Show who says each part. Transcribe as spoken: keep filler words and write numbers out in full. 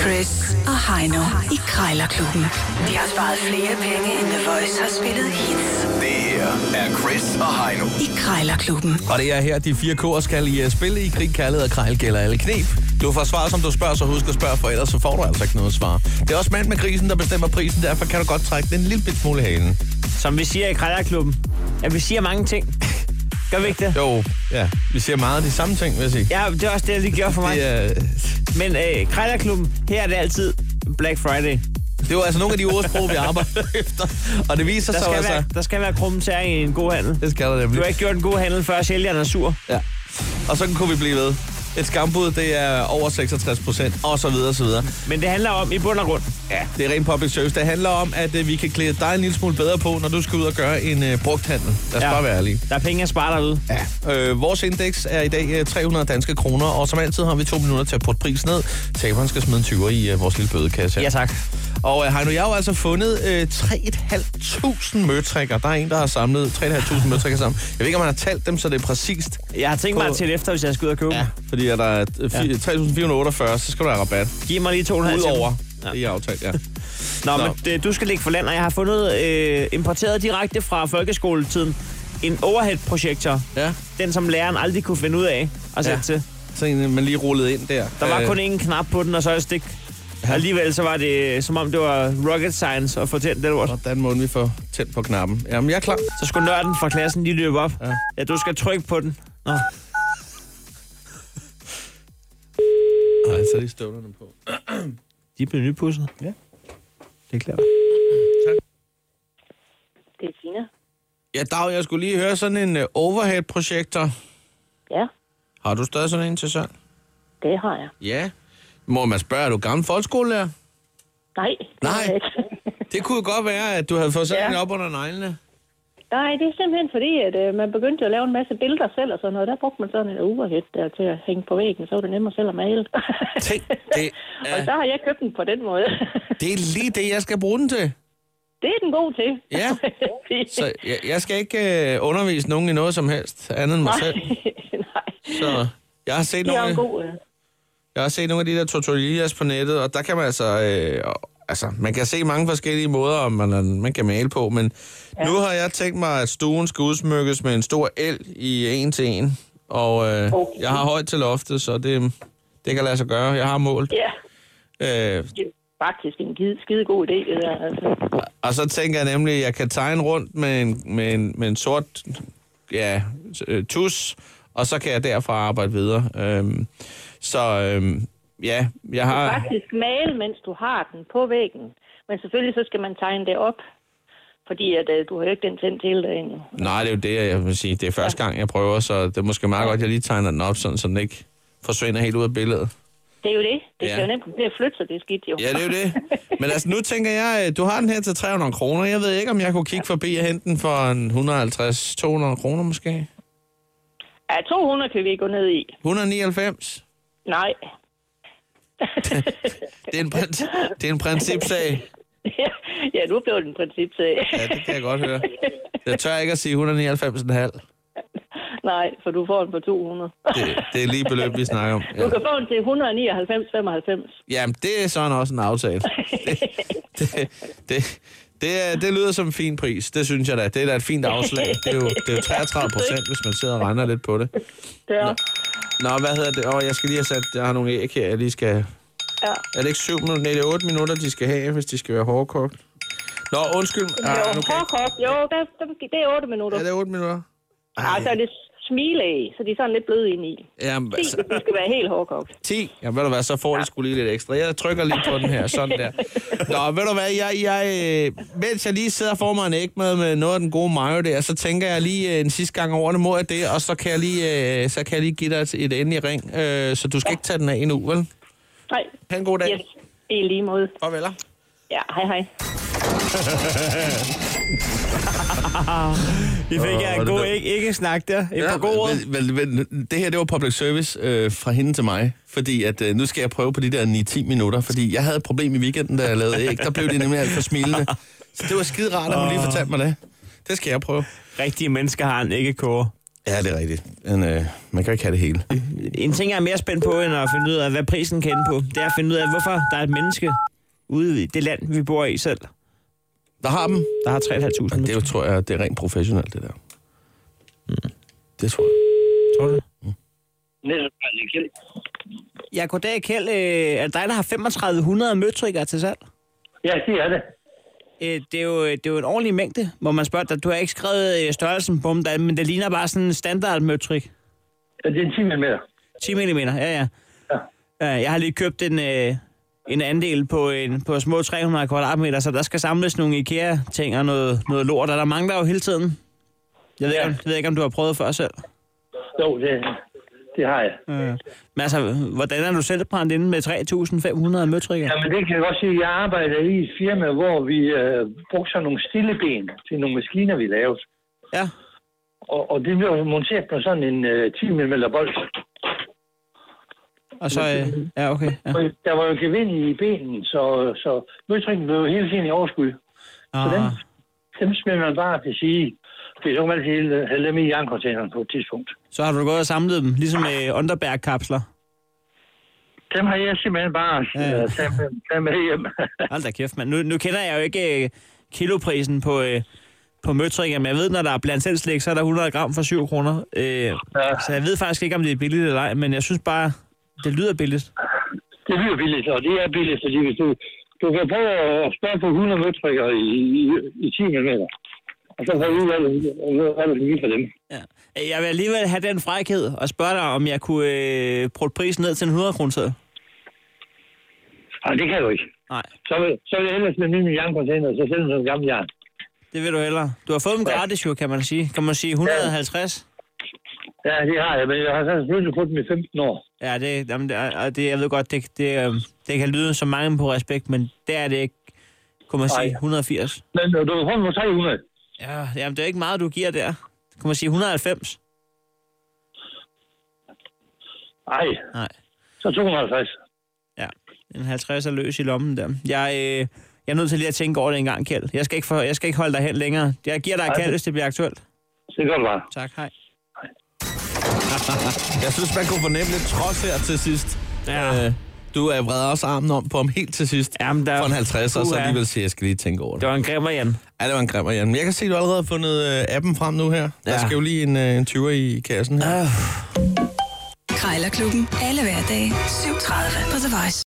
Speaker 1: Chris og Heino i Krejlerklubben. De har sparet flere penge, end The Voice har spillet hits.
Speaker 2: Det her er Chris og Heino
Speaker 1: i Krejlerklubben.
Speaker 3: Og det er her, de fire K'er skal i spille i krig, kærlighed og krejl gælder alle knep. Du får svar, som du spørger, så husk at spørge, for ellers så får du altså ikke noget svar. Det er også mand med grisen, der bestemmer prisen, derfor kan du godt trække den en lille bit smule i halen.
Speaker 4: Som vi siger i Krejlerklubben, at vi siger mange ting. Gør vi ikke det?
Speaker 3: Jo, ja. Vi siger meget af de samme ting, vil jeg sige.
Speaker 4: Ja, det er også det, jeg lige gjorde for mig.
Speaker 3: Det er...
Speaker 4: Men øh, Krejlerklubben, her er det altid Black Friday.
Speaker 3: Det er jo altså nogle af de ordsprog, vi arbejder efter. Og det viser
Speaker 4: der
Speaker 3: sig altså...
Speaker 4: Være, der skal være krummetær i en god handel.
Speaker 3: Det skal der nemlig.
Speaker 4: Du har ikke gjort en god handel, før sælgeren er sur.
Speaker 3: Ja. Og så kunne vi blive ved. Et skambud, det er over seksogtres procent, og så videre, og så videre.
Speaker 4: Men det handler om, i bund og grund...
Speaker 3: Ja, det er ren public service. Det handler om, at uh, vi kan klæde dig en lille smule bedre på, når du skal ud og gøre en uh, brugthandel. Lad os ja. bare være ærlige.
Speaker 4: Der er penge at spare derude.
Speaker 3: Ja. Øh, vores indeks er i dag uh, tre hundrede danske kroner, og som altid har vi to minutter til at putte prisen ned. Taberen skal smide en tyver i uh, vores lille bødekasse.
Speaker 4: Ja, tak.
Speaker 3: Og uh, Heino, jeg har jo altså fundet uh, tre tusind fem hundrede møtrikker. Der er en, der har samlet tre tusind fem hundrede møtrikker sammen. Jeg ved ikke, om man har talt dem, så det er præcist.
Speaker 4: Jeg har tænkt mig at tælle efter, hvis jeg skal ud og købe.
Speaker 3: Ja, fordi er der tre tusind fire hundrede otteogfyrre, så skal du have rabat.
Speaker 4: Giv mig lige to komma fem
Speaker 3: Udover.
Speaker 4: Ja.
Speaker 3: Det er aftalt, ja.
Speaker 4: Nå, Nå, men det, du skal ligge for land, og jeg har fundet øh, importeret direkte fra folkeskoletiden en overhead-projektor.
Speaker 3: Ja.
Speaker 4: Den, som læreren aldrig kunne finde ud af at sætte ja. til.
Speaker 3: Så en, man lige rullede ind der.
Speaker 4: Der var øh. kun én knap på den, og så et stik. Ja. Alligevel så var det, som om det var rocket science at få tændt det lort.
Speaker 3: Hvordan må vi få tændt på knappen? Jamen, jeg er klar.
Speaker 4: Så skulle nørden fra klassen lige løbe op. Ja. Ja, du skal trykke på den. Nå.
Speaker 3: Nej, så er de støvlerne på.
Speaker 4: De blev nypudset?
Speaker 3: Ja.
Speaker 4: Det er klart.
Speaker 3: Tak.
Speaker 5: Det er Tina.
Speaker 3: Ja, Dag, jeg skulle lige høre sådan en uh, overhead-projektor.
Speaker 5: Ja.
Speaker 3: Har du stadig sådan en til salg?
Speaker 5: Det har jeg.
Speaker 3: Ja. Må man spørge, er du gammel folkeskolelærer?
Speaker 5: Nej.
Speaker 3: Nej. Det kunne jo godt være, at du havde fået sådan ja. en op under neglene.
Speaker 5: Nej, det er simpelthen fordi, at øh, man begyndte at lave en masse billeder selv og sådan noget. Der brugte man sådan en overhead der til at hænge på væggen, så var det nemmere selv at male.
Speaker 3: Tænk, det er...
Speaker 5: Og så har jeg købt den på den måde.
Speaker 3: Det er lige det, jeg skal bruge den til.
Speaker 5: Det er den god til.
Speaker 3: Ja, så jeg, jeg skal ikke øh, undervise nogen i noget som helst, andet end mig
Speaker 5: Nej.
Speaker 3: selv.
Speaker 5: Nej.
Speaker 3: Så jeg har set
Speaker 5: det
Speaker 3: nogle...
Speaker 5: er en god... Øh...
Speaker 3: Jeg har set nogle af de der tutorials på nettet, og der kan man altså... Øh, altså, man kan se mange forskellige måder, man, man kan male på, men ja. nu har jeg tænkt mig, at stuen skal udsmykkes med en stor el i en til en. Og øh, okay. jeg har højt til loftet, så det, det kan lade sig gøre. Jeg har målt.
Speaker 5: Ja.
Speaker 3: Øh,
Speaker 5: det er faktisk en skide, skide god idé, det der. Altså.
Speaker 3: Og så tænker jeg nemlig, at jeg kan tegne rundt med en, med en, med en sort ja, tus, og så kan jeg derfra arbejde videre. Øh, Så øhm, ja, jeg har...
Speaker 5: Du kan faktisk male, mens du har den på væggen. Men selvfølgelig så skal man tegne det op. Fordi at, uh, du har jo ikke den tændt hele dagen.
Speaker 3: Nej, det er jo det, jeg vil sige. Det er første gang, jeg prøver, så det er måske meget godt, at jeg lige tegner den op, sådan, så den ikke forsvinder helt ud af billedet.
Speaker 5: Det er jo det. Det
Speaker 3: ja.
Speaker 5: skal jo nemt blive at flytte sig, det er skidt jo.
Speaker 3: Ja, det er jo det. Men altså, nu tænker jeg, du har den her til tre hundrede kroner. Jeg ved ikke, om jeg kunne kigge forbi og hente den for en et hundrede og halvtreds til to hundrede kroner måske.
Speaker 5: Ja, to hundrede kan vi gå ned i.
Speaker 3: et hundrede og nioghalvfems?
Speaker 5: Nej.
Speaker 3: det, er en princip, det er en principsag.
Speaker 5: Ja, nu blev det en principsag.
Speaker 3: Ja, det kan jeg godt høre. Jeg tør ikke at sige et hundrede og nioghalvfems komma fem.
Speaker 5: Nej, for du får den på to hundrede.
Speaker 3: Det, det er lige beløb, vi snakker om. Ja.
Speaker 5: Du kan få den til et hundrede og nioghalvfems komma femoghalvfems.
Speaker 3: Jamen, det er sådan også en aftale. Det, det, det, det, er, det lyder som en fin pris. Det synes jeg da. Det er da et fint afslag. Det er jo, det er jo treogtredive procent, hvis man sidder og regner lidt på det.
Speaker 5: Det er.
Speaker 3: Nå, Nå hvad hedder det? Åh, jeg skal lige have sat... Jeg har nogle æg her, jeg lige skal...
Speaker 5: Ja.
Speaker 3: Er det ikke syv minutter? Nej, det er otte minutter, de skal have, hvis de skal være hårdkogt. Nå, undskyld.
Speaker 5: Jo, ah, okay. hårdkogt. Jo, det, det er otte minutter.
Speaker 3: Ja, det er otte minutter.
Speaker 5: Ej. Ah, så er det smileæg, så de er sådan lidt bløde ind i.
Speaker 3: Jamen,
Speaker 5: ti, altså, det skal være helt hårdkogt.
Speaker 3: ti? Jamen, ved du hvad, så får de sgu lige lidt ekstra. Jeg trykker lige på den her, sådan der. Nå, ved du hvad, jeg, jeg, mens jeg lige sidder og får mig en ægmad med noget af den gode mayo der, så tænker jeg lige en sidste gang over det, må jeg det, og så kan jeg lige, så kan jeg lige give dig et, et endelig ring, så du skal ja. ikke tage den af endnu, vel?
Speaker 5: Nej.
Speaker 3: Ha' en god dag.
Speaker 5: Yes. I lige måde.
Speaker 3: Farveler.
Speaker 5: Ja, hej hej.
Speaker 4: Vi fik ja, en god ikke, ikke snak der. Et ja, par gode ord.
Speaker 3: Vel, vel, vel, det her, det var public service øh, fra hende til mig. Fordi at øh, nu skal jeg prøve på de der ni til ti minutter. Fordi jeg havde et problem i weekenden, da jeg lavede æg. Der blev det nemlig alt for smilende. Så det var skide rart, at hun lige fortalte mig det. Det skal jeg prøve.
Speaker 4: Rigtige mennesker har en æggekoger.
Speaker 3: Ja, det er rigtigt. Men, øh, man kan ikke have det hele.
Speaker 4: En ting, jeg er mere spændt på, end at finde ud af, hvad prisen kan ende på, det er at finde ud af, hvorfor der er et menneske ude i det land, vi bor i selv.
Speaker 3: Der har dem.
Speaker 4: Der har tre tusind fem hundrede.
Speaker 3: Det er jo, tror jeg, det er rent professionelt, det der. Mm. Det tror jeg.
Speaker 4: Tror du det?
Speaker 3: Mm.
Speaker 4: Ja, goddag, Kjeld. Øh, er det dig, der har femogtredive hundrede møtrikker til salg?
Speaker 6: Ja, det er det.
Speaker 4: Øh, det, er jo, det er jo en ordentlig mængde, hvor man spørger dig. Du har ikke skrevet øh, størrelsen på dem, der, men det ligner bare sådan en standard møtrik.
Speaker 6: Ja, det er en ti millimeter.
Speaker 4: ti millimeter, ja, ja.
Speaker 6: Ja.
Speaker 4: ja. Jeg har lige købt en, øh, en andel på, en, på små tre hundrede kvadratmeter, så der skal samles nogle IKEA-ting og noget, noget lort, og der mangler jo hele tiden. Jeg ved, ja. jeg ved ikke, om du har prøvet før selv.
Speaker 6: Jo, det, det har jeg.
Speaker 4: Øh. Men altså, hvordan er du selv brændt inde med tre tusind fem hundrede møtrikker?
Speaker 6: Jamen, det kan jeg godt sige. Jeg arbejder i et firma, hvor vi øh, brugte sådan nogle stilleben til nogle maskiner, vi lavede.
Speaker 4: Ja.
Speaker 6: Og, og det blev monteret på sådan en øh, ti millimeter bold.
Speaker 4: Og så, øh, ja, okay. Ja.
Speaker 6: Der var jo gevind i benen, så, så møtrikken blev hele tiden i overskud.
Speaker 4: Ah.
Speaker 6: Så dem, dem smider man bare til sige. Det er så man altid hælde dem i jerncontaineren på et tidspunkt.
Speaker 4: Så har du gået og samlet dem, ligesom med øh, Underberg-kapsler?
Speaker 6: Dem har jeg simpelthen bare ja. uh, taget, med, taget med hjem.
Speaker 4: Hold da kæft, mand. Nu, nu kender jeg jo ikke øh, kiloprisen på, øh, på møtrikker, men jeg ved, når der er blandt selv slik, så er der hundrede gram for syv kroner. Øh, ja. Så jeg ved faktisk ikke, om det er billigt eller ej, men jeg synes bare, det lyder billigt.
Speaker 6: Det lyder billigt, og det er billigt, fordi hvis du, du kan prøve at spørge på hundrede møtrikker i, i, i ti millimeter. Og så får du ud, hvad du kan give for dem.
Speaker 4: Ja. Jeg vil alligevel have den frækhed og spørge dig, om jeg kunne øh, prutte prisen ned til en hundrede kroner.
Speaker 6: Nej, det kan du ikke.
Speaker 4: Nej.
Speaker 6: Så vil, så vil jeg ellers med min jerncontainer, og så sælge noget gammelt jern.
Speaker 4: Det vil du hellere. Du har fået dem gratis jo, kan man sige. Kan man sige et hundrede og halvtreds?
Speaker 6: Ja, det har jeg, men jeg har så selvfølgelig fået dem i femten år.
Speaker 4: Ja, det, jamen, det, er, det jeg ved godt, det, det, det kan lyde som mange på respekt, men det er det ikke, kunne man sige, et hundrede og firs.
Speaker 6: Men du har fået dem for tre hundrede.
Speaker 4: Ja, jamen, det er ikke meget, du giver der. Kan man sige et hundrede og halvfems?
Speaker 6: Nej.
Speaker 4: Nej.
Speaker 6: Så to hundrede og halvtreds.
Speaker 4: Ja, en halvtreds er løs i lommen der. Jeg, øh, jeg er nødt til lige at tænke over det en gang, Kjeld. Jeg skal ikke, for, jeg skal ikke holde dig hen længere. Jeg giver dig et kald, hvis det bliver aktuelt.
Speaker 6: Det gør du bare.
Speaker 4: Tak, hej.
Speaker 3: Jeg synes, man kunne fornemme lidt trods her til sidst.
Speaker 4: Ja.
Speaker 3: Øh, du er vredet også armen om på ham helt til sidst.
Speaker 4: Jamen, der...
Speaker 3: For en halvtreds, og så alligevel siger, jeg skal lige tænke over det.
Speaker 4: Det var en grimmer, Jan.
Speaker 3: Ja, det var en grimmer, Jan. Men jeg kan se, at du allerede har fundet øh, appen frem nu her. Ja. Der skal jo lige en, øh, en tyver i kassen her.
Speaker 1: Krejlerklubben. Alle hverdage. syv tredive på The Voice.